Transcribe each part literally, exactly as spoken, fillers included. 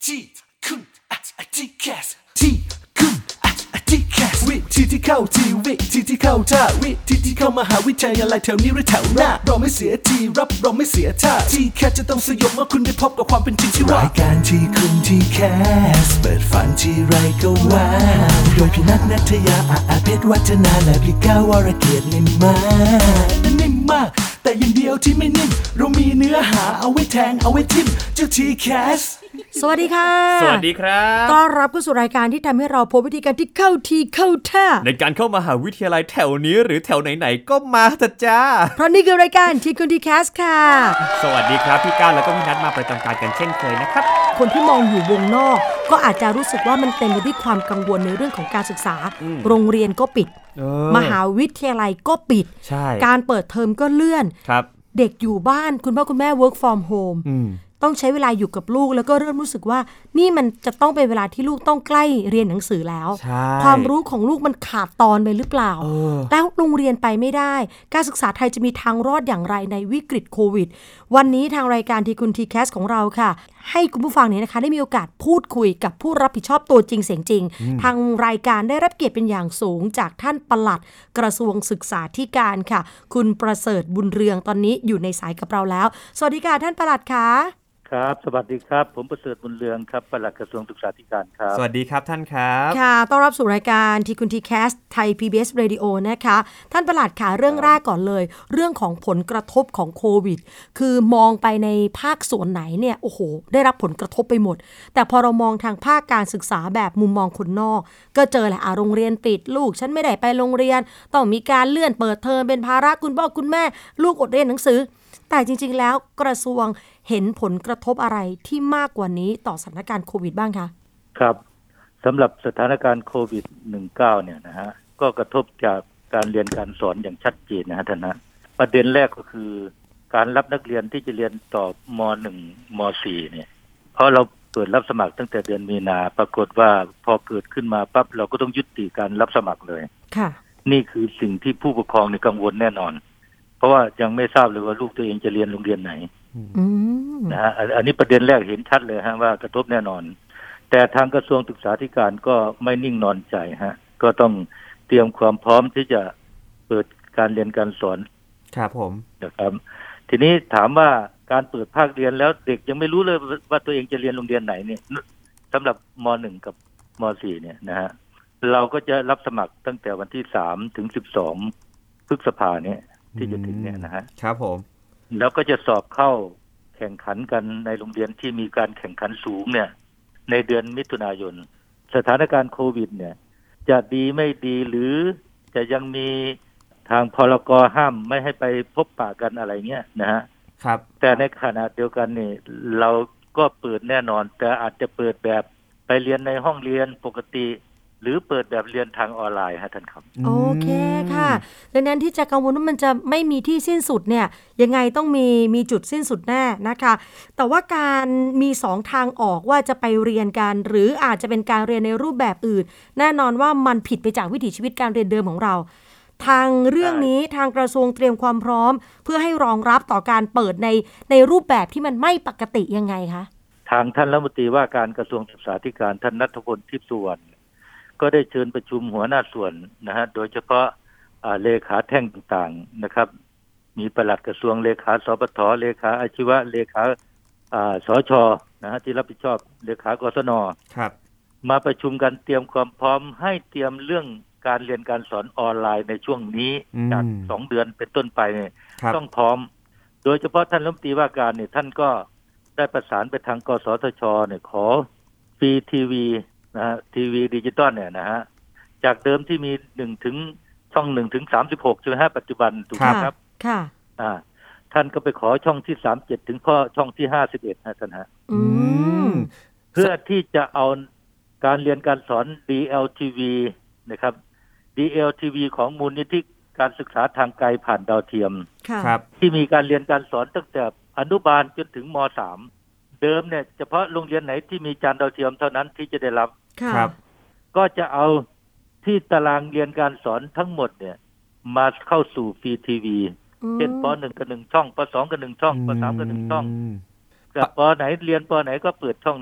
ที่คุณอาจจะแคสที่คุณอาจจะแคสวิธีที่เข้าทีวิธีที่เข้าท่าวิธีที่เข้ามหาวิทยาลัยแถวนี้หรือแถวหน้าเราไม่เสียทีรับเราไม่เสียท่าที่แคสจะต้องสยบเมื่อคุณได้พบกับความเป็นจริงที่ว่ารายการที่คุณที่แคสเปิดฝันที่ไรก็ว่าโดยพี่นัทนัทยาอาเพชรวัฒนาและพี่ก้าวรเกียรตินิ่มมากนิ่มมากแต่อย่างเดียวที่ไม่นิ่มเรามีเนื้อหาเอาไว้แทงเอาไว้ทิมเจ้าทีแคสสวัสดีค่ะสวัสดีครับต้อนรับเข้าสู่รายการที่ทำให้เราพบวิธีการที่เข้าทีเข้าท่าในการเข้ามหาวิทยาลัยแถวนี้หรือแถวไหนๆก็มาเถอะจ้าเพราะนี่คือรายการทีคุณทีแคสค่ะสวัสดีครับพี่ก้าวแล้วก็พี่นัทมาประจำการกันเช่นเคยนะครับคนที่มองอยู่วงนอกก็อาจจะรู้สึกว่ามันเต็มไปด้วยความกังวลในเรื่องของการศึกษาโรงเรียนก็ปิดมหาวิทยาลัยก็ปิดการเปิดเทอมก็เลื่อนเด็กอยู่บ้านคุณพ่อคุณแม่ work from homeต้องใช้เวลาอยู่กับลูกแล้วก็เริ่มรู้สึกว่านี่มันจะต้องเป็นเวลาที่ลูกต้องใกล้เรียนหนังสือแล้วความรู้ของลูกมันขาดตอนไปหรือเปล่าแล้วโรงเรียนไปไม่ได้การศึกษาไทยจะมีทางรอดอย่างไรในวิกฤตโควิดวันนี้ทางรายการทีคุณทีแคสของเราค่ะให้คุณผู้ฟังเนี่ยนะคะได้มีโอกาสพูดคุยกับผู้รับผิดชอบตัวจริงเสียงจริงทางรายการได้รับเกียรติเป็นอย่างสูงจากท่านปลัดกระทรวงศึกษาธิการค่ะคุณประเสริฐบุญเรืองตอนนี้อยู่ในสายกับเราแล้วสวัสดีค่ะท่านปลัดค่ะครับสวัสดีครับผมประเสริฐบุญเรืองครับปลัดกระทรวงศึกษาธิการครับสวัสดีครับท่านครับค่ะต้อนรับสู่รายการทีคุณทีแคสไทย พี บี เอส Radio นะคะท่านปลัดค่ะเรื่องแรกก่อนเลยเรื่องของผลกระทบของโควิดคือมองไปในภาคส่วนไหนเนี่ยโอ้โหได้รับผลกระทบไปหมดแต่พอเรามองทางภาคการศึกษาแบบมุมมองคนนอกก็เจอแหละอ่ะโรงเรียนปิดลูกฉันไม่ได้ไปโรงเรียนต้องมีการเลื่อนเปิดเทอมเป็นภาระคุณพ่อคุณแม่ลูกอดเรียนหนังสือแต่จริงๆแล้วกระทรวงเห็นผลกระทบอะไรที่มากกว่านี้ต่อสถานการณ์โควิดบ้างคะครับสำหรับสถานการณ์โควิด สิบเก้า เนี่ยนะฮะก็กระทบจากการเรียนการสอนอย่างชัดเจนนะฮะท่านนะประเด็นแรกก็คือการรับนักเรียนที่จะเรียนต่อม หนึ่ง ม สี่ เนี่ยเพราะเราเปิดรับสมัครตั้งแต่เดือนมีนาปรากฏว่าพอเกิดขึ้นมาปั๊บเราก็ต้องยุติการรับสมัครเลยค่ะนี่คือสิ่งที่ผู้ปกครองในกังวลแน่นอนเพราะว่ายังไม่ทราบเลยว่าลูกตัวเองจะเรียนโรงเรียนไหนนะฮะอันนี้ประเด็นแรกเห็นชัดเลยฮะว่ากระทบแน่นอนแต่ทางกระทรวงศึกษาธิการก็ไม่นิ่งนอนใจฮะก็ต้องเตรียมความพร้อมที่จะเปิดการเรียนการสอนครับผมนะครับทีนี้ถามว่าการเปิดภาคเรียนแล้วเด็กยังไม่รู้เลยว่าตัวเองจะเรียนโรงเรียนไหนเนี่ยสำหรับม หนึ่ง กับม สี่ เนี่ยนะฮะเราก็จะรับสมัครตั้งแต่วันที่สามถึงสิบสองพฤษภาคมเนี่ยที่จะถึงเนี่ยนะฮะครับผมแล้วก็จะสอบเข้าแข่งขันกันในโรงเรียนที่มีการแข่งขันสูงเนี่ยในเดือนมิถุนายนสถานการณ์โควิดเนี่ยจะดีไม่ดีหรือจะยังมีทางพรกห้ามไม่ให้ไปพบปะกันอะไรเงี้ยนะฮะครับแต่ในขณะเดียวกันนี่เราก็เปิดแน่นอนแต่อาจจะเปิดแบบไปเรียนในห้องเรียนปกติหรือเปิดแบบเรียนทางออนไลน์ฮะท่านครับโอเคค่ะดังนั้นที่จะกังวลว่ามันจะไม่มีที่สิ้นสุดเนี่ยยังไงต้องมีมีจุดสิ้นสุดแน่นะคะแต่ว่าการมีสองทางออกว่าจะไปเรียนกันหรืออาจจะเป็นการเรียนในรูปแบบอื่นแน่นอนว่ามันผิดไปจากวิถีชีวิตการเรียนเดิมของเราทางเรื่องนี้ทางกระทรวงเตรียมความพร้อมเพื่อให้รองรับต่อการเปิดในในรูปแบบที่มันไม่ปกติยังไงคะทางท่านรัฐมนตรีว่าการกระทรวงศึกษาธิการท่านณัฐพล ทิพย์สุวรรณก็ได้เชิญประชุมหัวหน้าส่วนนะฮะโดยเฉพาะเลขาแท่งต่างๆนะครับมีปลัดกระทรวงเลขาสปทเลขาอาชีวะเลขาสชนะฮะที่รับผิดชอบเลขากศนครับมาประชุมกันเตรียมความพร้อมให้เตรียมเรื่องการเรียนการสอนออนไลน์ในช่วงนี้จากสองเดือนเป็นต้นไปต้องพร้อมโดยเฉพาะท่านรัฐมนตรีว่าการเนี่ยท่านก็ได้ประสานไปทางกสทชเนี่ยขอฟรีทีวีนะฮะทีวีดิจิตอลเนี่ยนะฮะจากเดิมที่มีหนึ่งถึงช่องหนึ่งถึงสามสิบหกใช่ไหมฮะปัจจุบันถูกไหมครับค่ะอ่าท่านก็ไปขอช่องที่สามสิบเจ็ดถึงข้อช่องที่ห้าสิบเอ็ดฮะท่านฮะอืมเพื่อที่จะเอาการเรียนการสอน ดี แอล ที วี นะครับ ดี แอล ที วี ของมูลนิธิการศึกษาทางไกลผ่านดาวเทียมครับที่มีการเรียนการสอนตั้งแต่อนุบาลจนถึงม สามเดิมเนี่ยเฉพาะโรงเรียนไหนที่มีจานดาวเทียมเท่านั้นที่จะได้รับครับก็จะเอาที่ตารางเรียนการสอนทั้งหมดเนี่ยมาเข้าสู่ฟรีทีวีเช่นป หนึ่ง กับหนึ่งช่องป สอง กับหนึ่งช่องป สาม กับหนึ่งช่องกับปไหนเรียนปไหนก็เปิดช่องนั้น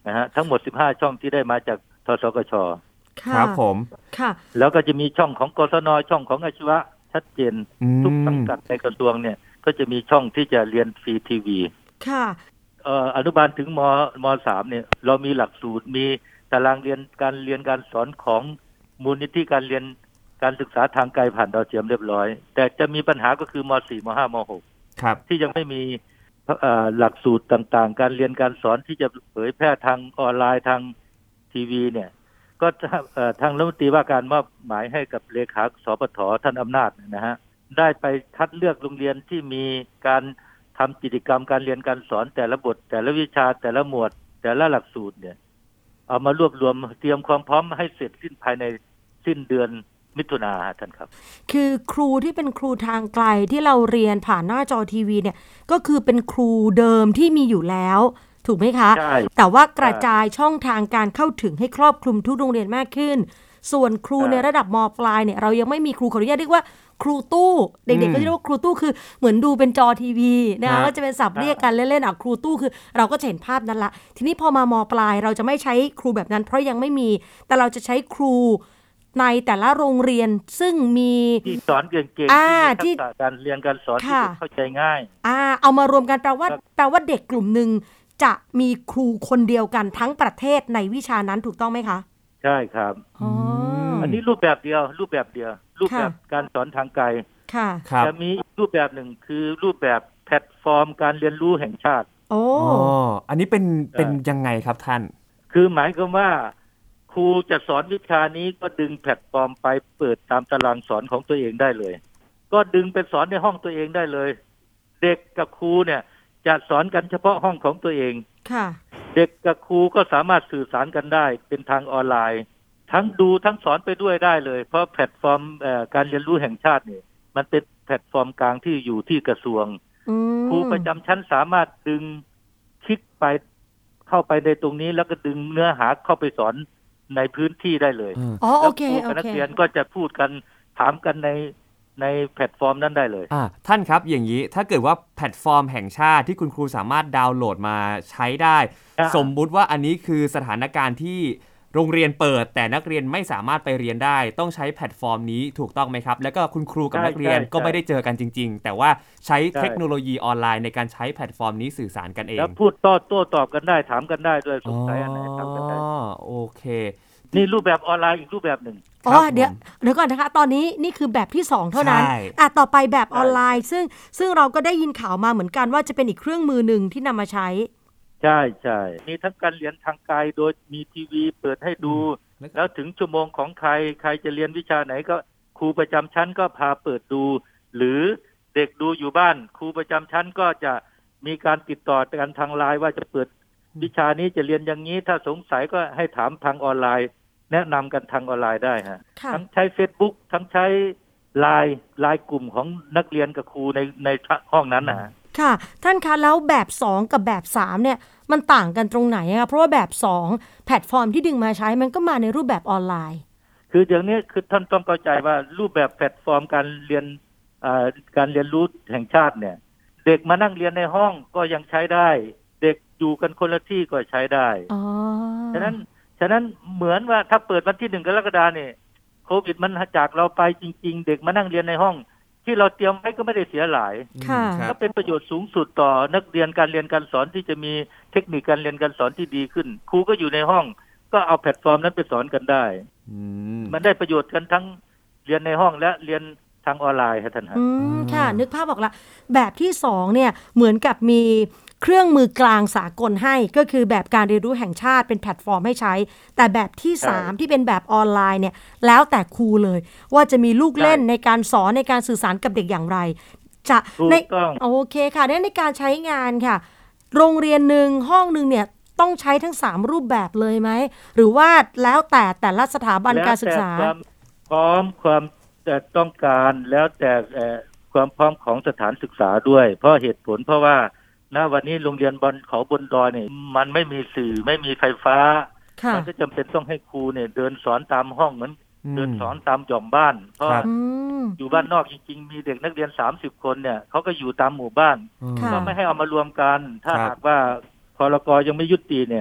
นะฮะทั้งหมดสิบห้าช่องที่ได้มาจากทสกช. ครับผมค่ะแล้วก็จะมีช่องของกศนช่องของอาชีวะชัดเจนทุกสังกัดในกระทรวงเนี่ยก็จะมีช่องที่จะเรียนฟรีทีวีค่ะเอ่ออนุบาลถึงมมสามเนี่ยเรามีหลักสูตรมีตารางเรียนการเรียนการสอนของมูลนิธิการเรียนการศึกษาทางไกลผ่านดาวเทียมเรียบร้อยแต่จะมีปัญหาก็คือมสี่มห้ามหกครับที่ยังไม่มีหลักสูตรต่างๆการเรียนการสอนที่จะเผยแพร่ทางออนไลน์ทางทีวีเนี่ยก็ทางรัฐมนตรีว่าการมอบหมายให้กับเลขาสปท.ท่านอำนาจนะฮะได้ไปคัดเลือกโรงเรียนที่มีการทำกิจกรรมการเรียนการสอนแต่ละบทแต่ละวิชาแต่ละหมวดแต่ละหลักสูตรเนี่ยเอามารวบรวมเตรียมความพร้อมให้เสร็จสิ้นภายในสิ้นเดือนมิถุนายนท่านครับคือครูที่เป็นครูทางไกลที่เราเรียนผ่านหน้าจอทีวีเนี่ยก็คือเป็นครูเดิมที่มีอยู่แล้วถูกไหมคะใช่แต่ว่ากระจายช่องทางการเข้าถึงให้ครอบคลุมทุกโรงเรียนมากขึ้นส่วนครูในระดับม.ปลายเนี่ยเรายังไม่มีครูขออนุญาตเรียกว่าครูตู้เด็กๆก็จะเรียกว่าครูตู้คือเหมือนดูเป็นจอทีวีนะคะก็จะเป็นศัพท์เรียกกันเล่นๆอ่ะครูตู้คือเราก็จะเห็นภาพนั้นละทีนี้พอมาม.ปลายเราจะไม่ใช้ครูแบบนั้นเพราะยังไม่มีแต่เราจะใช้ครูในแต่ละโรงเรียนซึ่งมีที่สอนเก่งๆที่ทักษะการเรียนการสอนที่เข้าใจง่ายอ่าเอามารวมกันแปลว่าแปลว่าเด็กกลุ่มนึงจะมีครูคนเดียวกันทั้งประเทศในวิชานั้นถูกต้องไหมคะใช่ครับอ๋ออันนี้รูปแบบเดียวรูปแบบเดียวรูปแบบการสอนทางไกลค่ะจะมีรูปแบบหนึ่งคือรูปแบบแพลตฟอร์มการเรียนรู้แห่งชาติโอ้อันนี้เป็นเป็นยังไงครับท่านคือหมายความว่าครูจะสอนวิชานี้ก็ดึงแพลตฟอร์มไปเปิดตามตารางสอนของตัวเองได้เลยก็ดึงไปสอนในห้องตัวเองได้เลยเด็กกับครูเนี่ยจะสอนกันเฉพาะห้องของตัวเองค่ะเด็กกับครูก็สามารถสื่อสารกันได้เป็นทางออนไลน์ทั้งดูทั้งสอนไปด้วยได้เลยเพราะแพลตฟอร์มเอ่อการเรียนรู้แห่งชาติเนี่ยมันเป็นแพลตฟอร์มกลางที่อยู่ที่กระทรวงครูประจำชั้นสามารถดึงคลิกไปเข้าไปในตรงนี้แล้วก็ดึงเนื้อหาเข้าไปสอนในพื้นที่ได้เลยอ๋อโอเคโอเคนักเรียนก็จะพูดกันถามกันในในแพลตฟอร์มนั้นได้เลยอ่าท่านครับอย่างนี้ถ้าเกิดว่าแพลตฟอร์มแห่งชาติที่คุณครูสามารถดาวน์โหลดมาใช้ได้สมมุติว่าอันนี้คือสถานการณ์ที่โรงเรียนเปิดแต่นักเรียนไม่สามารถไปเรียนได้ต้องใช้แพลตฟอร์มนี้ถูกต้องไหมครับแล้วก็คุณครูกับนักเรียนก็ไม่ได้เจอกันจริงๆแต่ว่าใช้เทคโนโลยีออนไลน์ในการใช้แพลตฟอร์มนี้สื่อสารกันเองแล้วพูดโต้โต้ตอบกันได้ถามกันได้ด้วยสงสัยอันไหนถามกันได้อ๋อโอเคนี่รูปแบบออนไลน์อีกรูปแบบหนึ่งอ๋อเดี๋ยวเดี๋ยวก่อนนะคะตอนนี้นี่คือแบบที่สองเท่านั้นอ่ะต่อไปแบบออนไลน์ซึ่งซึ่งเราก็ได้ยินข่าวมาเหมือนกันว่าจะเป็นอีกเครื่องมือหนึ่งที่นำมาใช้ใช่ใช่มีทั้งการเรียนทางไกลโดยมีทีวีเปิดให้ดูแล้วถึงชั่วโมงของใครใครจะเรียนวิชาไหนก็ครูประจำชั้นก็พาเปิดดูหรือเด็กดูอยู่บ้านครูประจำชั้นก็จะมีการติดต่อกันทางไลน์ว่าจะเปิดวิชานี้จะเรียนอย่างนี้ถ้าสงสัยก็ให้ถามทางออนไลน์แนะนำกันทางออนไลน์ได้ฮะทั้งใช้ Facebook ทั้งใช้ไลน์ไลน์กลุ่มของนักเรียนกับครูในในห้องนั้นนะค่ะท่านคะแล้วแบบสองกับแบบสามเนี่ยมันต่างกันตรงไหนคะเพราะว่าแบบสองแพลตฟอร์มที่ดึงมาใช้มันก็มาในรูปแบบออนไลน์คืออย่างนี้คือท่านต้องเข้าใจว่ารูปแบบแพลตฟอร์มการเรียนการเรียนรู้แห่งชาติเนี่ยเด็กมานั่งเรียนในห้องก็ยังใช้ได้เด็กอยู่กันคนละที่ก็ใช้ได้อ๋อฉะนั้นฉะนั้นเหมือนว่าถ้าเปิดวันที่หนึ่งกรกฎาคมเนี่ยโควิดมันจากเราไปจริงๆเด็กมานั่งเรียนในห้องที่เราเตรียมไว้ก็ไม่ได้เสียหลายก็เป็นประโยชน์สูงสุดต่อนักเรียนการเรียนการสอนที่จะมีเทคนิคการเรียนการสอนที่ดีขึ้นครูก็อยู่ในห้องก็เอาแพลตฟอร์มนั้นไปสอนกันได้มันได้ประโยชน์กันทั้งเรียนในห้องและเรียนทางออนไลน์ครับท่านครับอืมค่ะนึกภาพออกละแบบที่สองเนี่ยเหมือนกับมีเครื่องมือกลางสากลให้ก็คือแบบการเรียนรู้แห่งชาติเป็นแพลตฟอร์มให้ใช้แต่แบบที่สามที่เป็นแบบออนไลน์เนี่ยแล้วแต่ครูเลยว่าจะมีลูกเล่นในการสอนในการสื่อสารกับเด็กอย่างไรจะในโอเคค่ะในการใช้งานค่ะโรงเรียนนึงห้องนึงเนี่ยต้องใช้ทั้งสามรูปแบบเลยไหมหรือว่าแล้วแต่แต่ละสถาบันการศึกษาความพร้อมความต้องการแล้วแต่ความพร้อมของสถานศึกษาด้วยเพราะเหตุผลเพราะว่าณวันนี้โรงเรียนบนเขาบนดอยเนี่ยมันไม่มีสื่อไม่มีไฟฟ้ามันก็จำเป็นต้องให้ครูเนี่ยเดินสอนตามห้องเหมือนเดินสอนตามหย่อมบ้านเพราะอยู่บ้านนอกจริงๆมีเด็กนักเรียนสามสิบคนเนี่ยเขาก็อยู่ตามหมู่บ้านก็ไม่ให้เอามารวมกันถ้าหากว่าพรก.ยังไม่ยุติเนี่ย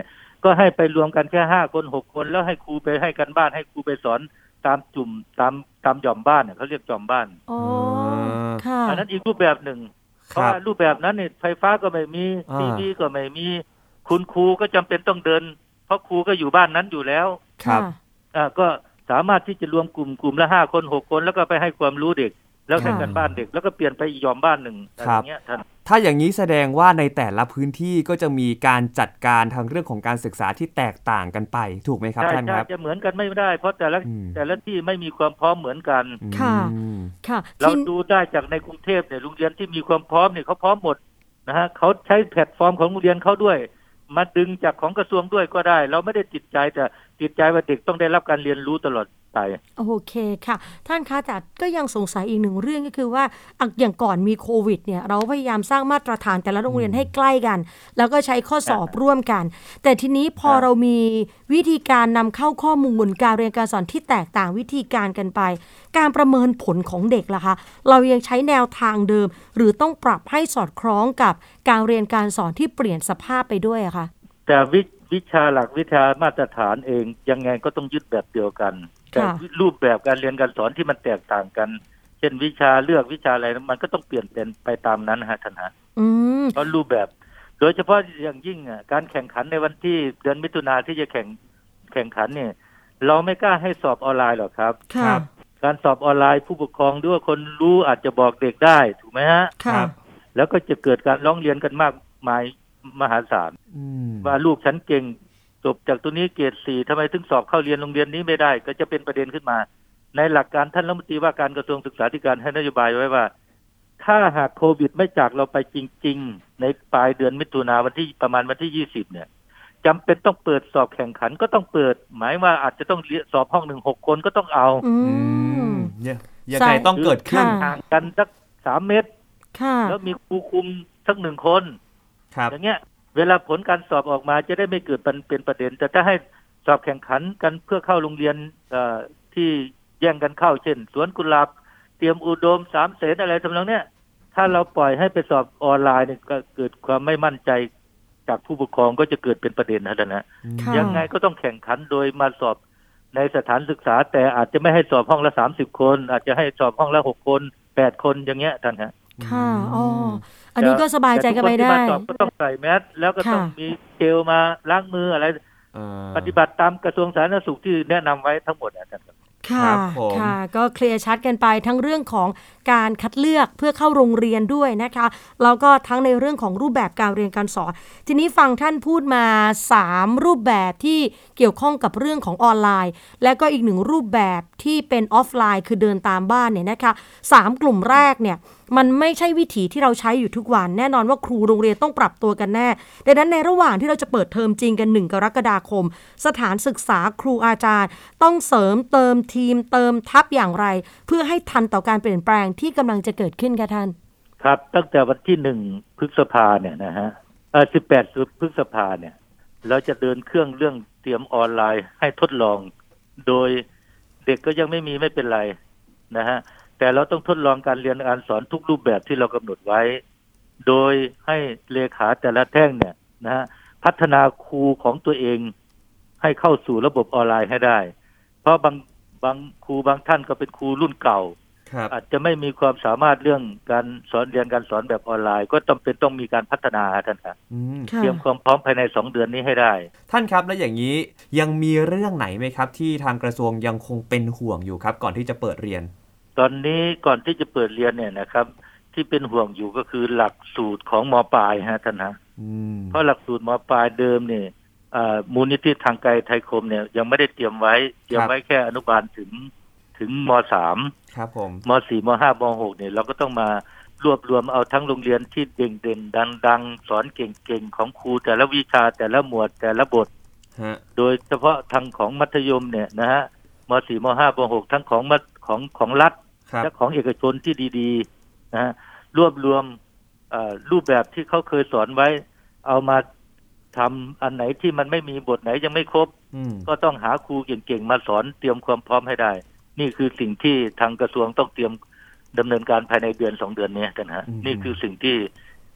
ก็ให้ไปรวมกันแค่ห้าคนหกคนแล้วให้ครูไปให้กันบ้านให้ครูไปสอนตามจุ่มตามตามหย่อมบ้านเนี่ยเขาเรียกหย่อมบ้านอ๋อค่ะอันนั้นอีกรูปแบบหนึ่งเพราะว่ารูปแบบนั้นเนี่ยไฟฟ้าก็ไม่มีทีวีก็ไม่มีคุณครูก็จำเป็นต้องเดินเพราะครูก็อยู่บ้านนั้นอยู่แล้วครับอ่าก็สามารถที่จะรวมกลุ่มกลุ่มละห้าคนหกคนแล้วก็ไปให้ความรู้เด็กแล้วให้กันบ้านเด็กแล้วก็เปลี่ยนไปอีกยอมบ้านหนึ่งอะไรอย่างเงี้ยท่านถ้าอย่างนี้แสดงว่าในแต่ละพื้นที่ก็จะมีการจัดการทางเรื่องของการศึกษาที่แตกต่างกันไปถูกไหมครับท่านครับจะเหมือนกันไม่ได้เพราะแต่ละแต่ละที่ไม่มีความพร้อมเหมือนกันค่ะค่ะเราดูได้จากในกรุงเทพเนี่ยโรงเรียนที่มีความพร้อมเนี่ยเขาพร้อมหมดนะฮะเขาใช้แพลตฟอร์มของโรงเรียนเขาด้วยมาดึงจากของกระทรวงด้วยก็ได้เราไม่ได้ติดใจแต่ติดใจว่าเด็กต้องได้รับการเรียนรู้ตลอดไปโอเคค่ะท่านคะแต่ก็ยังสงสัยอีกหนึ่งเรื่องก็คือว่าอย่างก่อนมีโควิดเนี่ยเราพยายามสร้างมาตรฐานแต่ละโรงเรียนให้ใกล้กันแล้วก็ใช้ข้อสอบร่วมกันแต่ทีนี้พอเรามีวิธีการนำเข้าข้อมูลการเรียนการสอนที่แตกต่างวิธีการกันไปการประเมินผลของเด็กล่ะคะเรายังใช้แนวทางเดิมหรือต้องปรับให้สอดคล้องกับการเรียนการสอนที่เปลี่ยนสภาพไปด้วยอะคะแต่วิวิชาหลักวิชามาตรฐานเองยังไงก็ต้องยึดแบบเดียวกันแต่รูปแบบการเรียนการสอนที่มันแตกต่างกันเช่นวิชาเลือกวิชาอะไรมันก็ต้องเปลี่ยนเป็นไปตามนั้นฮะท่านฮะเพราะรูปแบบโดยเฉพาะอย่างยิ่งอ่ะการแข่งขันในวันที่เดือนมิถุนาที่จะแข่งแข่งขันเนี่ยเราไม่กล้าให้สอบออนไลน์หรอกครับการสอบออนไลน์ผู้ปกครองด้วยคนรู้อาจจะบอกเด็กได้ถูกไหมฮะครับแล้วก็จะเกิดการร้องเรียนกันมากมายมหาศาลว่าลูกฉันเก่งจบจากตัวนี้เกรดสี่ทำไมถึงสอบเข้าเรียนโรงเรียนนี้ไม่ได้ก็จะเป็นประเด็นขึ้นมาในหลักการท่านรัฐมนตรีว่าการกระทรวงศึกษาธิการให้นโยบายไว้ว่าถ้าหากโควิดไม่จากเราไปจริงๆในปลายเดือนมิถุนายนวันที่ประมาณวันที่ยี่สิบเนี่ยจำเป็นต้องเปิดสอบแข่งขันก็ต้องเปิดหมายว่าอาจจะต้องสอบห้องหนึ่งหกคนก็ต้องเอาเนี่ยยังไงต้องเกิดขึ้นห่างกันสักสามเมตรแล้วมีครูคุมสักหนึ่งคนอย่างเงี้ยเวลาผลการสอบออกมาจะได้ไม่เกิดเป็นประเด็นแต่ถ้าให้สอบแข่งขันกันเพื่อเข้าโรงเรียนที่แย่งกันเข้าเช่นสวนกุหลาบเตรียมอุดมสามเสนอะไรทำนองเนี้ยถ้าเราปล่อยให้ไปสอบออนไลน์เนี่ยก็เกิดความไม่มั่นใจจากผู้ปกครองก็จะเกิดเป็นประเด็นนะท่านนะยังไงก็ต้องแข่งขันโดยมาสอบในสถานศึกษาแต่อาจจะไม่ให้สอบห้องละสามสิบคนอาจจะให้สอบห้องละหกคนแปดคนอย่างเงี้ยท่านฮะค่ะอ๋ออันนี้ก็สบายใจกันไปได้ก็ต้องใส่แมสแล้วก็ต้องมีเจลมาล้างมืออะไรปฏิบัติตามกระทรวงสาธารณสุขที่แนะนำไว้ทั้งหมดนะครับค่ะค่ะก็เคลียร์ชัดกันไปทั้งเรื่องของการคัดเลือกเพื่อเข้าโรงเรียนด้วยนะคะแล้วก็ทั้งในเรื่องของรูปแบบการเรียนการสอนทีนี้ฟังท่านพูดมาสามรูปแบบที่เกี่ยวข้องกับเรื่องของออนไลน์และก็อีกหนึ่งรูปแบบที่เป็นออฟไลน์คือเดินตามบ้านเนี่ยนะคะสามกลุ่มแรกเนี่ยมันไม่ใช่วิถีที่เราใช้อยู่ทุกวันแน่นอนว่าครูโรงเรียนต้องปรับตัวกันแน่ดังนั้นในระหว่างที่เราจะเปิดเทอมจริงกันหนึ่งกรกฎาคมสถานศึกษาครูอาจารย์ต้องเสริมเติมทีมเติมทัพอย่างไรเพื่อให้ทันต่อการเปลี่ยนแปลงที่กำลังจะเกิดขึ้นค่ะท่านครับตั้งแต่วันที่หนึ่งพฤษภาเนี่ยนะฮะเอ่อสิบแปดพฤษภาเนี่ยเราจะเดินเครื่องเรื่องเตรียมออนไลน์ให้ทดลองโดยเด็กก็ยังไม่มีไม่เป็นไรนะฮะแต่เราต้องทดลองการเรียนการสอนทุกรูปแบบที่เรากำหนดไว้โดยให้เลขาแต่ละแท่งเนี่ยนะฮะพัฒนาครูของตัวเองให้เข้าสู่ระบบออนไลน์ให้ได้เพราะบางบางครูบางท่านก็เป็นครูรุ่นเก่าอาจจะไม่มีความสามารถเรื่องการสอนเรียนการสอนแบบออนไลน์ก็จำเป็นต้องมีการพัฒนาท่านครับเตรียมความพร้อมภายในสองเดือนนี้ให้ได้ท่านครับแล้วอย่างนี้ยังมีเรื่องไหนไหมครับที่ทางกระทรวงยังคงเป็นห่วงอยู่ครับก่อนที่จะเปิดเรียนตอนนี้ก่อนที่จะเปิดเรียนเนี่ยนะครับที่เป็นห่วงอยู่ก็คือหลักสูตรของม.ปลายฮะท่านฮะเพราะหลักสูตรม.ปลายเดิมเนี่ยมูลนิธิทางไกลไทยคมเนี่ยยังไม่ได้เตรียมไว้เตรียมไว้แค่อนุบาลถึงถึงม.สามครับผมม.สี่ ม.ห้า ม.หกเนี่ยเราก็ต้องมารวบรวมเอาทั้งโรงเรียนที่เด่นๆดังๆสอนเก่งๆของครูแต่ละวิชาแต่ละหมวดแต่ละบทโดยเฉพาะทางของมัธยมเนี่ยนะฮะม.สี่ ม.ห้า ม.หกทั้งของของของรัฐและของเอกชนที่ดีๆนะฮะรวบรวมรูปแบบที่เขาเคยสอนไว้เอามาทำอันไหนที่มันไม่มีบทไหนยังไม่ครบก็ต้องหาครูเก่งๆมาสอนเตรียมความพร้อมให้ได้นี่คือสิ่งที่ทางกระทรวงต้องเตรียมดำเนินการภายในเดือนสองเดือนนี้กันฮะนี่คือสิ่งที่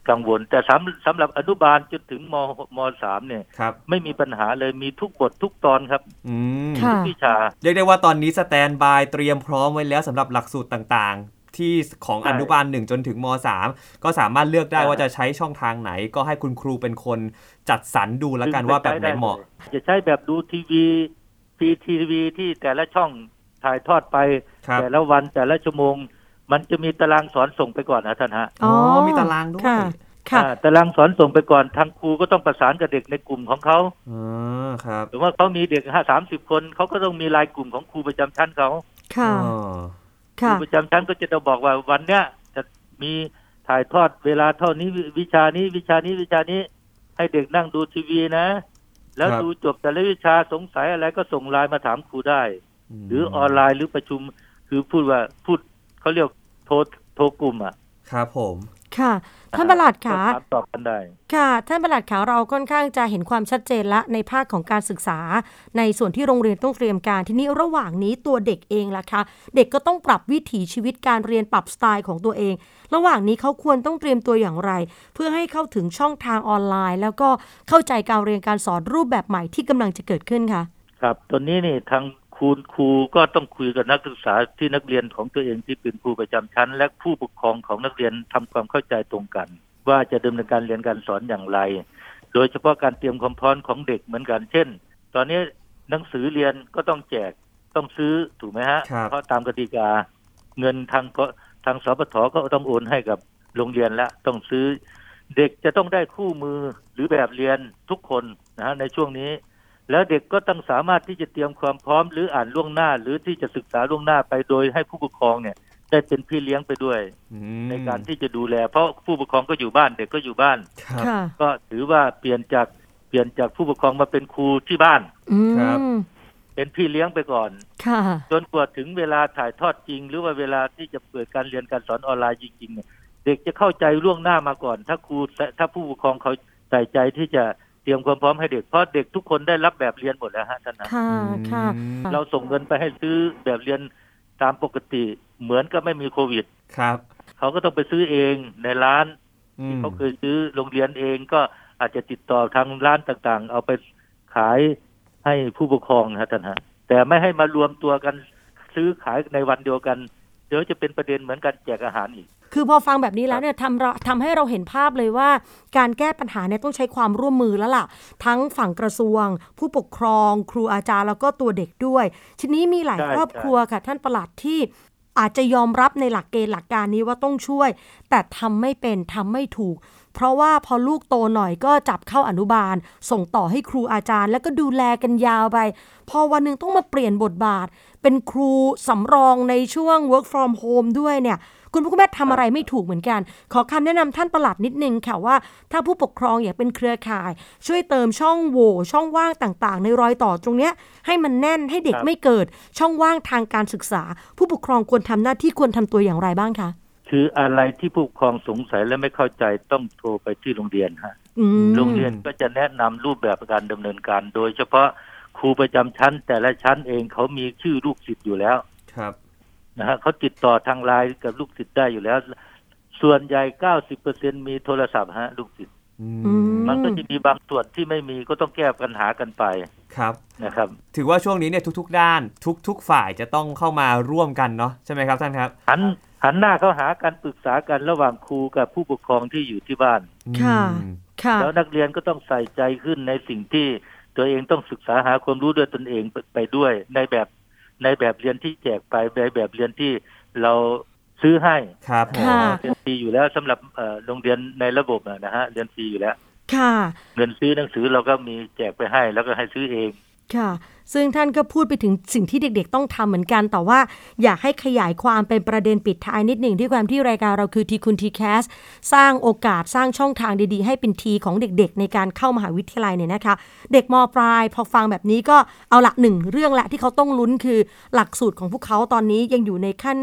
กังวลแต่สำสำหรับอนุบาลจนถึงมมสามเนี่ยไม่มีปัญหาเลยมีทุกบททุกตอนครับทุกวิชาเรียกได้ว่าตอนนี้สแตนบายเตรียมพร้อมไว้แล้วสำหรับหลักสูตรต่างๆที่ของอนุบาลหนึ่งจนถึงมสามก็สามารถเลือกได้ว่าจะใช้ช่องทางไหนก็ให้คุณครูเป็นคนจัดสรรดูแล้วกันว่าแบบไหนเหมาะจะใช้แบบดูทีวีพีทีวีที่แต่ละช่องถ่ายทอดไปแต่ละวันแต่ละชั่วโมงมันจะมีตารางสอนส่งไปก่อนนะท่านฮะอ๋อมีตารางด้วยค่ะตารางสอนส่งไปก่อนทางครูก็ต้องประสานกับเด็กในกลุ่มของเขาอ๋อครับหรือว่าเขามีเด็กห้าสามสิบคนเขาก็ต้องมีรายกลุ่มของครูประจำชั้นเขาค่ะครูประจำชั้นก็จะต้องบอกว่าวันเนี้ยจะมีถ่ายทอดเวลาเท่านี้วิชานี้วิชานี้วิชานี้ให้เด็กนั่งดูทีวีนะแล้วดูจบแต่ละวิชาสงสัยอะไรก็ส่งไลน์มาถามครูได้หรือออนไลน์หรือประชุมคือพูดว่าพูดเขาเรียกโทรโทรกลุ่มอ่ะครับผมค่ะท่านปลัดขาตอบกันได้ค่ะท่านปลัดขาเราค่อนข้างจะเห็นความชัดเจนละในภาคของการศึกษาในส่วนที่โรงเรียนต้องเตรียมการทีนี้ระหว่างนี้ตัวเด็กเองล่ะคะเด็กก็ต้องปรับวิถีชีวิตการเรียนปรับสไตล์ของตัวเองระหว่างนี้เขาควรต้องเตรียมตัวอย่างไรเพื่อให้เข้าถึงช่องทางออนไลน์แล้วก็เข้าใจการเรียนการสอนรูปแบบใหม่ที่กำลังจะเกิดขึ้นคะครับตอนนี้นี่ทางครูครูก็ต้องคุยกับนักศึกษาที่นักเรียนของตัวเองที่เป็นครูประจำชั้นและผู้ปกครองของนักเรียนทำความเข้าใจตรงกันว่าจะดำเนินการเรียนการสอนอย่างไรโดยเฉพาะการเตรียมความพร้อมของเด็กเหมือนกันเช่นตอนนี้หนังสือเรียนก็ต้องแจกต้องซื้อถูกไหมฮะเพราะตามกติกาเงินทางก็ทางสปทก็ต้องโอนให้กับโรงเรียนและต้องซื้อเด็กจะต้องได้คู่มือหรือแบบเรียนทุกคนนะฮะในช่วงนี้แล้วเด็กก็ต้องสามารถที่จะเตรียมความพร้อมหรืออ่านล่วงหน้าหรือที่จะศึกษาล่วงหน้าไปโดยให้ผู้ปกครองเนี่ยได้เป็นพี่เลี้ยงไปด้วยในการที่จะดูแลเพราะผู้ปกครองก็อยู่บ้านเด็กก็อยู่บ้านก็ถือว่าเปลี่ยนจากเปลี่ยนจากผู้ปกครองมาเป็นครูที่บ้านครับเป็นพี่เลี้ยงไปก่อนจนกว่าถึงเวลาถ่ายทอดจริงหรือว่าเวลาที่จะเปิดการเรียนการสอนออนไลน์จริงๆเนี่ยเด็กจะเข้าใจล่วงหน้ามาก่อนถ้าครูถ้าผู้ปกครองเขาใส่ใจที่จะเตรียมความพร้อมให้เด็กเพราะเด็กทุกคนได้รับแบบเรียนหมดแล้วฮะท่านนะค่ะค่ะเราส่งเงินไปให้ซื้อแบบเรียนตามปกติเหมือนก็ไม่มีโควิดครับเขาก็ต้องไปซื้อเองในร้านที่เขาเคยซื้อโรงเรียนเองก็อาจจะติดต่อทางร้านต่างๆเอาไปขายให้ผู้ปกครองนะท่านฮะแต่ไม่ให้มารวมตัวกันซื้อขายในวันเดียวกันเดี๋ยวจะเป็นประเด็นเหมือนกันแจกอาหารอีกคือพอฟังแบบนี้แล้วเนี่ยทำเราทำให้เราเห็นภาพเลยว่าการแก้ปัญหาเนี่ยต้องใช้ความร่วมมือแล้วล่ะทั้งฝั่งกระทรวงผู้ปกครองครูอาจารย์แล้วก็ตัวเด็กด้วยทีนี้มีหลายครอบครัวค่ะท่านปลัดที่อาจจะยอมรับในหลักเกณฑ์หลักการนี้ว่าต้องช่วยแต่ทำไม่เป็นทำไม่ถูกเพราะว่าพอลูกโตหน่อยก็จับเข้าอนุบาลส่งต่อให้ครูอาจารย์แล้วก็ดูแลกันยาวไปพอวันนึงต้องมาเปลี่ยนบทบาทเป็นครูสำรองในช่วง work from home ด้วยเนี่ยคุณพ่อคุณแม่ทำอะไรไม่ถูกเหมือนกันขอคำแนะนำท่านปลัดนิดนึงค่ะว่าถ้าผู้ปกครองอยากเป็นเครือข่ายช่วยเติมช่องโหว่ช่องว่างต่างๆในรอยต่อตรงเนี้ยให้มันแน่นให้เด็กไม่เกิดช่องว่างทางการศึกษาผู้ปกครองควรทำหน้าที่ควรทำตัวอย่างไรบ้างคะคืออะไรที่ผู้ปกครองสงสัยและไม่เข้าใจต้องโทรไปที่โรงเรียนฮะโรงเรียนก็จะแนะนำรูปแบบการดำเนินการโดยเฉพาะครูประจำชั้นแต่ละชั้นเองเขามีชื่อลูกศิษย์อยู่แล้วครับนะฮะเขาติดต่อทางไลน์กับลูกศิษย์ได้อยู่แล้วส่วนใหญ่ เก้าสิบเปอร์เซ็นต์ มีโทรศัพท์ฮะลูกศิษย์มันก็จะมีบางส่วนที่ไม่มีก็ต้องแก้ปัญหากันไปครับนะครับถือว่าช่วงนี้เนี่ยทุกๆด้านทุกๆฝ่ายจะต้องเข้ามาร่วมกันเนาะใช่ไหมครับท่านครับหันหันหน้าเข้าหากันปรึกษากันระหว่างครูกับผู้ปกครองที่อยู่ที่บ้านค่ะค่ะแล้วนักเรียนก็ต้องใส่ใจขึ้นในสิ่งที่ตัวเองต้องศึกษาหาความรู้ด้วยตนเองไปด้วยในแบบในแบบเรียนที่แจกไปในแบบเรียนที่เราซื้อให้ครับเรียนฟรีอยู่แล้วสำหรับโรงเรียนในระบบนะฮะเรียนฟรีอยู่แล้วค่ะเงินซื้อหนังสือเราก็มีแจกไปให้แล้วก็ให้ซื้อเองค่ะซึ่งท่านก็พูดไปถึงสิ่งที่เด็กๆต้องทำเหมือนกันแต่ว่าอยากให้ขยายความเป็นประเด็นปิดท้ายนิดหนึ่งที่ความที่รายการเราคือทีคุณทีแคสสร้างโอกาสสร้างช่องทางดีๆให้เป็นทีของเด็กๆในการเข้ามหาวิทยาลัยเนี่ยนะคะเด็กม.ปลายพอฟังแบบนี้ก็เอาละหนึ่งเรื่องละที่เขาต้องลุ้นคือหลักสูตรของพวกเขาตอนนี้ยังอยู่ในขั้น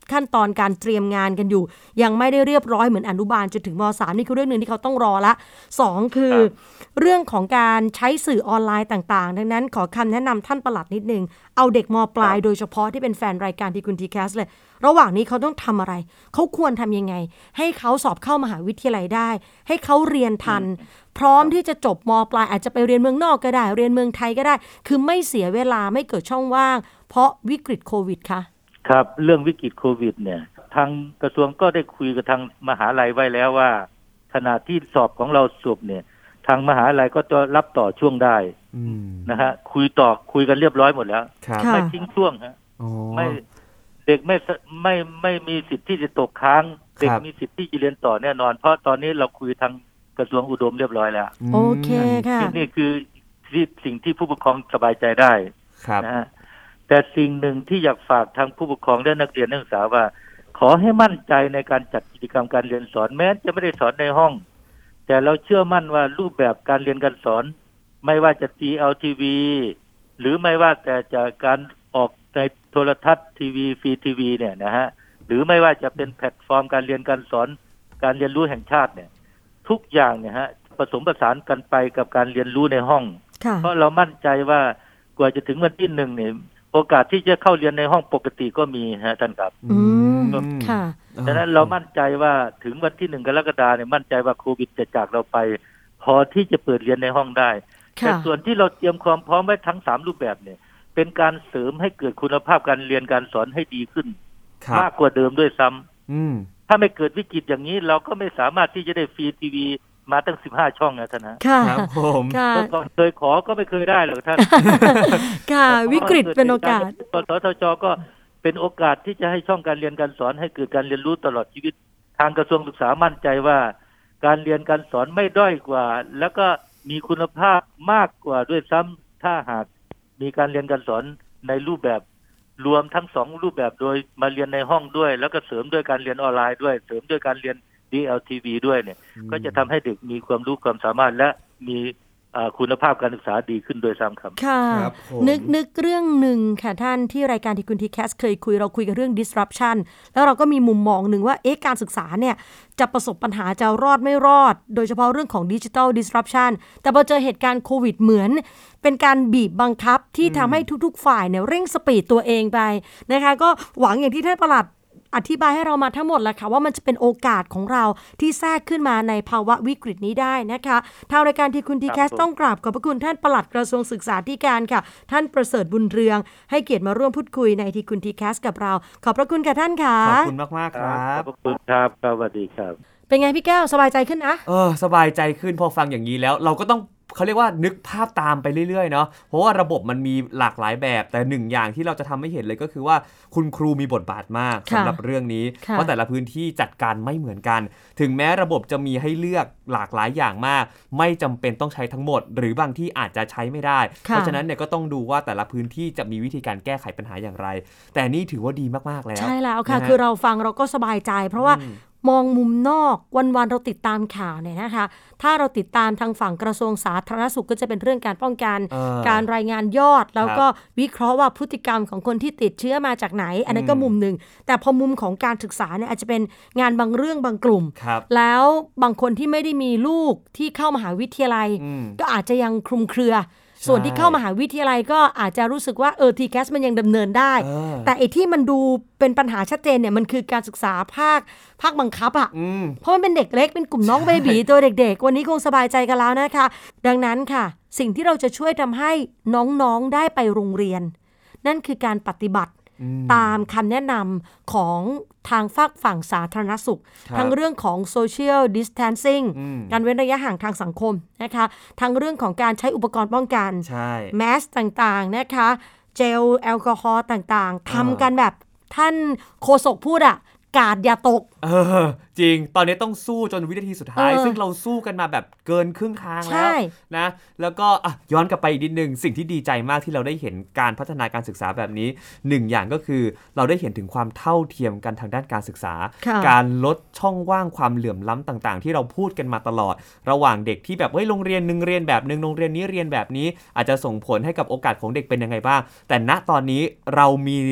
ขั้นตอนการเตรียมงานกันอยู่ยังไม่ได้เรียบร้อยเหมือนอนุบาลจนถึงม.สาม นี่คือเรื่องนึงที่เขาต้องรอละสองคือเรื่องของการใช้สื่อออนไลน์ต่างๆดังนั้นขอคำแนะนำท่านปลัดนิดนึงเอาเด็กม.ปลายโดยเฉพาะที่เป็นแฟนรายการที่คุณ ที แคส เลยระหว่างนี้เขาต้องทำอะไรเขาควรทำยังไงให้เขาสอบเข้ามหาวิทยาลัยได้ให้เขาเรียนทันพร้อมที่จะจบม.ปลายอาจจะไปเรียนเมืองนอกก็ได้เรียนเมืองไทยก็ได้คือไม่เสียเวลาไม่เกิดช่องว่างเพราะวิกฤตโควิดค่ะครับเรื่องวิกฤตโควิดเนี่ยทางกระทรวงก็ได้คุยกับทางมหาลัยไว้แล้วว่าขณะที่สอบของเราจบเนี่ยทางมหาลัยก็จะรับต่อช่วงได้นะฮะคุยต่อคุยกันเรียบร้อยหมดแล้วไม่ทิ้งช่วงฮะไม่เด็กไม่ไม่ไม่มีสิทธิ์ที่จะตกค้างเด็กมีสิทธิ์ที่จะเรียนต่อแน่นอนเพราะตอนนี้เราคุยทางกระทรวงอุดมเรียบร้อยแล้วโอเคค่ะนี่คือสิ่งที่ผู้ปกครองสบายใจได้นะฮะแต่สิ่งหนึ่งที่อยากฝากทางผู้ปกครองและนักเรียนนักศึกษาว่าขอให้มั่นใจในการจัดกิจกรรมการเรียนสอนแม้จะไม่ได้สอนในห้องแต่เราเชื่อมั่นว่ารูปแบบการเรียนการสอนไม่ว่าจะ จี แอล ที วี หรือไม่ว่าแต่จะการออกในโทรทัศน์ทีวีฟรีทีวีเนี่ยนะฮะหรือไม่ว่าจะเป็นแพลตฟอร์มการเรียนการสอนการเรียนรู้แห่งชาติเนี่ยทุกอย่างเนี่ยฮะผสมผสานกันไปกับการเรียนรู้ในห้องเพราะเรามั่นใจว่ากว่าจะถึงวันที่หนึ่งเนี่ยโอกาสที่จะเข้าเรียนในห้องปกติก็มีฮะท่านครับอืมค่ะดังนั้นเรามั่นใจว่าถึงวันที่หนึ่งกรกฎาคมเนี่ยมั่นใจว่าโควิดจะจากเราไปพอที่จะเปิดเรียนในห้องได้แต่ส่วนที่เราเตรียมความพร้อมไว้ทั้งสามรูปแบบเนี่ยเป็นการเสริมให้เกิดคุณภาพการเรียนการสอนให้ดีขึ้นมากกว่าเดิมด้วยซ้ำถ้าไม่เกิดวิกฤตอย่างนี้เราก็ไม่สามารถที่จะได้ฟรีทีวีมาตั้งสิบห้าช่องนะท่านนะครับผมก่อนเคยขอก็ไม่เคยได้หรอกท่านค่ะวิกฤตเป็นโอกาสสทช.ก็เป็นโอกาสที่จะให้ช่องการเรียนการสอนให้เกิดการเรียนรู้ตลอดชีวิตทางกระทรวงศึกษามั่นใจว่าการเรียนการสอนไม่ด้อยกว่าแล้วก็มีคุณภาพมากกว่าด้วยซ้ำถ้าหากมีการเรียนการสอนในรูปแบบรวมทั้งสองรูปแบบโดยมาเรียนในห้องด้วยแล้วก็เสริมด้วยการเรียนออนไลน์ด้วยเสริมด้วยการเรียน ดี แอล ที วี ด้วยเนี่ยก็จะทำให้เด็กมีความรู้ความสามารถและมีคุณภาพการศึกษาดีขึ้นโดยซ้ำครับค่ะนึกนึกเรื่องหนึ่งค่ะท่านที่รายการที่คุณ ที แคส เคยคุยเราคุยกันเรื่อง disruption แล้วเราก็มีมุมมองหนึ่งว่าเอ๊ะการศึกษาเนี่ยจะประสบปัญหาจะรอดไม่รอดโดยเฉพาะเรื่องของ digital disruption แต่พอเจอเหตุการณ์โควิดเหมือนเป็นการบีบบังคับที่ทำให้ทุกๆฝ่ายเนี่ยเร่งสปีดตัวเองไปนะคะก็หวังอย่างที่ท่านปลัดอธิบายให้เรามาทั้งหมดแล้วค่ะว่ามันจะเป็นโอกาสของเราที่แทรกขึ้นมาในภาวะวิกฤตนี้ได้นะคะทางรายการที่คุณ ที แคส ต้องกราบขอบพระคุณท่านปลัดกระทรวงศึกษาธิการค่ะท่านประเสริฐบุญเรืองให้เกียรติมาร่วมพูดคุยในที่คุณ ที แคส กับเราขอบพระคุณค่ะท่านค่ะขอบคุณมากๆครับขอบคุณครับสวัสดีครับเป็นไงพี่แก้วสบายใจขึ้นนะเออสบายใจขึ้นพอฟังอย่างนี้แล้วเราก็ต้องเขาเรียกว่านึกภาพตามไปเรื่อยๆเนาะเพราะว่าระบบมันมีหลากหลายแบบแต่หนึ่งอย่างที่เราจะทำให้เห็นเลยก็คือว่าคุณครูมีบทบาทมากสำหรับเรื่องนี้เพราะแต่ละพื้นที่จัดการไม่เหมือนกันถึงแม้ระบบจะมีให้เลือกหลากหลายอย่างมากไม่จำเป็นต้องใช้ทั้งหมดหรือบางที่อาจจะใช้ไม่ได้เพราะฉะนั้นเนี่ยก็ต้องดูว่าแต่ละพื้นที่จะมีวิธีการแก้ไขปัญหาอย่างไรแต่นี่ถือว่าดีมากๆแล้วใช่แล้วค่ะคือเราฟังเราก็สบายใจเพราะว่ามองมุมนอกวันๆเราติดตามข่าวเนี่ยนะคะถ้าเราติดตามทางฝั่งกระทรวงสาธารณสุขก็จะเป็นเรื่องการป้องกันการรายงานยอดแล้วก็วิเคราะห์ว่าพฤติกรรมของคนที่ติดเชื้อมาจากไหนอันนั้นก็มุมหนึ่งแต่พอมุมของการศึกษาเนี่ยอาจจะเป็นงานบางเรื่องบางกลุ่มแล้วบางคนที่ไม่ได้มีลูกที่เข้ามหาวิทยาลัยก็อาจจะยังคลุมเครือส่วนที่เข้ามหาวิทยาลัยก็อาจจะรู้สึกว่าเออ ที แคส มันยังดำเนินได้แต่ไอ้ที่มันดูเป็นปัญหาชัดเจนเนี่ยมันคือการศึกษาภาคภาคบังคับอ่ะเพราะมันเป็นเด็กเล็กเป็นกลุ่มน้องเบบีตัวเด็กๆวันนี้คงสบายใจกันแล้วนะคะดังนั้นค่ะสิ่งที่เราจะช่วยทำให้น้องๆได้ไปโรงเรียนนั่นคือการปฏิบัติตามคำแนะนำของทางฝากฝั่งสาธารณสุขทั้งเรื่องของ social distancing การเว้นระยะห่างทางสังคมนะคะทั้งเรื่องของการใช้อุปกรณ์ป้องกันแมสต่างๆนะคะเจลแอลกอฮอล์ต่างๆทำกันแบบท่านโฆษกพูดอะกาดอย่าตกเออจริงตอนนี้ต้องสู้จนวินาทีสุดท้ายซึ่งเราสู้กันมาแบบเกินครึ่งทางแล้วนะแล้วก็ย้อนกลับไปอีกนิดนึงสิ่งที่ดีใจมากที่เราได้เห็นการพัฒนาการศึกษาแบบนี้หนึ่งอย่างก็คือเราได้เห็นถึงความเท่าเทียมกันทางด้านการศึกษาการลดช่องว่างความเหลื่อมล้ำต่างๆที่เราพูดกันมาตลอดระหว่างเด็กที่แบบเฮ้ยโรงเรียนนึงเรียนแบบนึงโรงเรียนนี้เรียนแบบนี้อาจจะส่งผลให้กับโอกาสของเด็กเป็นยังไงบ้างแต่ณตอนนี้เรามี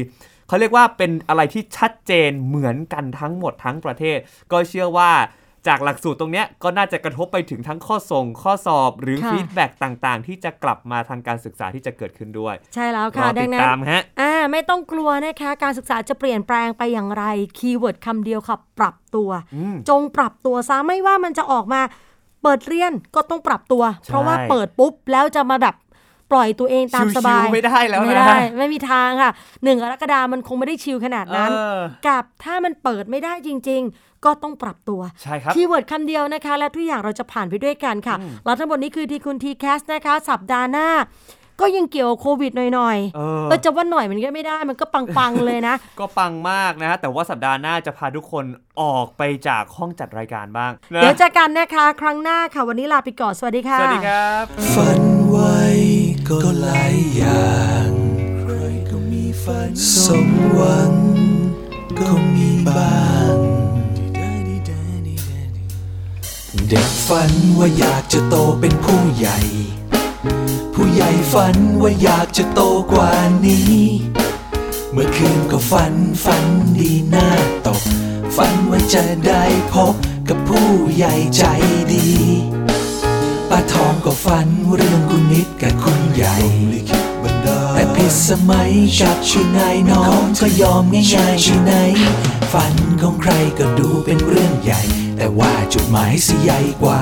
เขาเรียกว่าเป็นอะไรที่ชัดเจนเหมือนกันทั้งหมดทั้งประเทศก็เชื่อว่าจากหลักสูตรตรงนี้ก็น่าจะกระทบไปถึงทั้งข้อส่งข้อสอบหรือฟีดแบ็กต่างๆที่จะกลับมาทางการศึกษาที่จะเกิดขึ้นด้วยใช่แล้วค่ะดังนั้นอ่าไม่ต้องกลัวนะคะการศึกษาจะเปลี่ยนแปลงไปอย่างไรคีย์เวิร์ดคำเดียวค่ะปรับตัวจงปรับตัวซะไม่ว่ามันจะออกมาเปิดเรียนก็ต้องปรับตัวเพราะว่าเปิดปุ๊บแล้วจะมาแบบปล่อยตัวเองตามสบายไม่ได้แล้วนะไม่ได้ไม่มีทางค่ะหนึ่งกรกฎาคมมันคงไม่ได้ชิลขนาดนั้นกับถ้ามันเปิดไม่ได้จริงๆก็ต้องปรับตัวใช่ครับคีย์เวิร์ดคำเดียวนะคะและทุกอย่างเราจะผ่านไปด้วยกันค่ะแล้วทั้งหมดนี้คือทีคุณทีแคสนะคะสัปดาห์หน้าก็ยังเกี่ยวโควิดหน่อยๆเออจะว่าหน่อยมันก็ไม่ได้มันก็ปังๆเลยนะก็ปังมากนะแต่ว่าสัปดาห์หน้าจะพาทุกคนออกไปจากห้องจัดรายการบ้างเดี๋ยวเจอกันนะคะครั้งหน้าค่ะวันนี้ลาไปก่อนสวัสดีค่ะสวัสดีครับฝันไว้ก็หลายอย่างใครก็มีฝันสมหวังก็มีบ้างเด็กฝันว่าอยากจะโตเป็นผู้ใหญ่ผู้ใหญ่ฝันว่าอยากจะโตกว่านี้เมื่อคืนก็ฝันฝันดีหน้าตกฝันว่าจะได้พบกับผู้ใหญ่ใจดีป้าทองก็ฝันเรื่องคุณนิดกับคุณใหญ่แต่ผิดสมัยกับชูนายน้องก็ยอมง่ายๆชูไหนฝันของใครก็ดูเป็นเรื่องใหญ่แต่ว่าจุดหมายสิใหญ่กว่า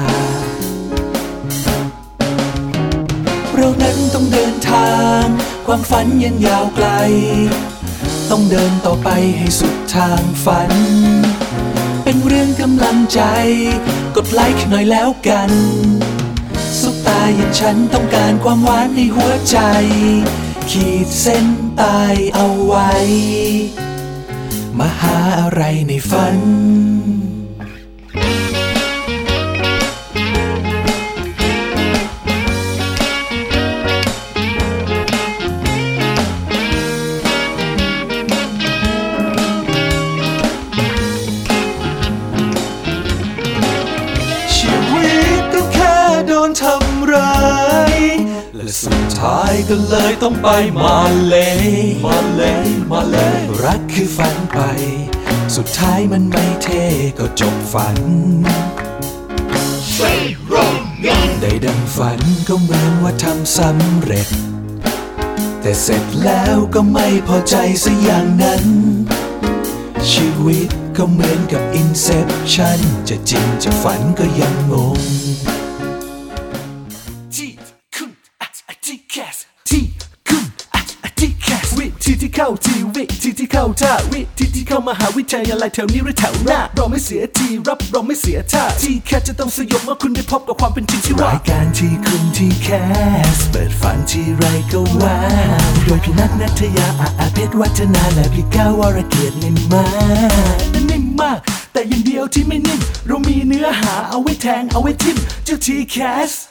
เรานั้นต้องเดินทางความฝันยังยาวไกลต้องเดินต่อไปให้สุดทางฝันเป็นเรื่องกำลังใจกดไลค์หน่อยแล้วกันสุขตาอย่างฉันต้องการความหวานในหัวใจขีดเส้นตายเอาไว้มาหาอะไรในฝันทำร้ายและสุดท้ายก็เลยต้องไปมาเลยมาเลยมาเลยรักคือฝันไปสุดท้ายมันไม่เท่ก็จบฝันได้ดังฝันก็เหมือนว่าทำสำเร็จแต่เสร็จแล้วก็ไม่พอใจซะอย่างนั้นชีวิตก็เหมือนกับ Inception จะจริงจะฝันก็ยังงงวิธีที่เข้าทีวิธีที่เข้าท่าวิธีที่เข้ามหาวิทยาลัยแถวนี้หรือแถวหน้าเราไม่เสียทีรับเราไม่เสียท่าที่แค่จะต้องสยบเมื่อคุณได้พบกับความเป็นจริงที่ว่ารายการที่คุณที่แคสเปิดฝันที่ไรก็ว้าวโดยพี่นัทนัทยาอาอาเพชรวัฒนาและพี่ก้าววรเกียรตินิ่มมากนิ่มมากแต่อย่างเดียวที่ไม่นิ่มเรามีเนื้อหาเอาไว้แทงเอาไว้ทิมเจ้าทีแคส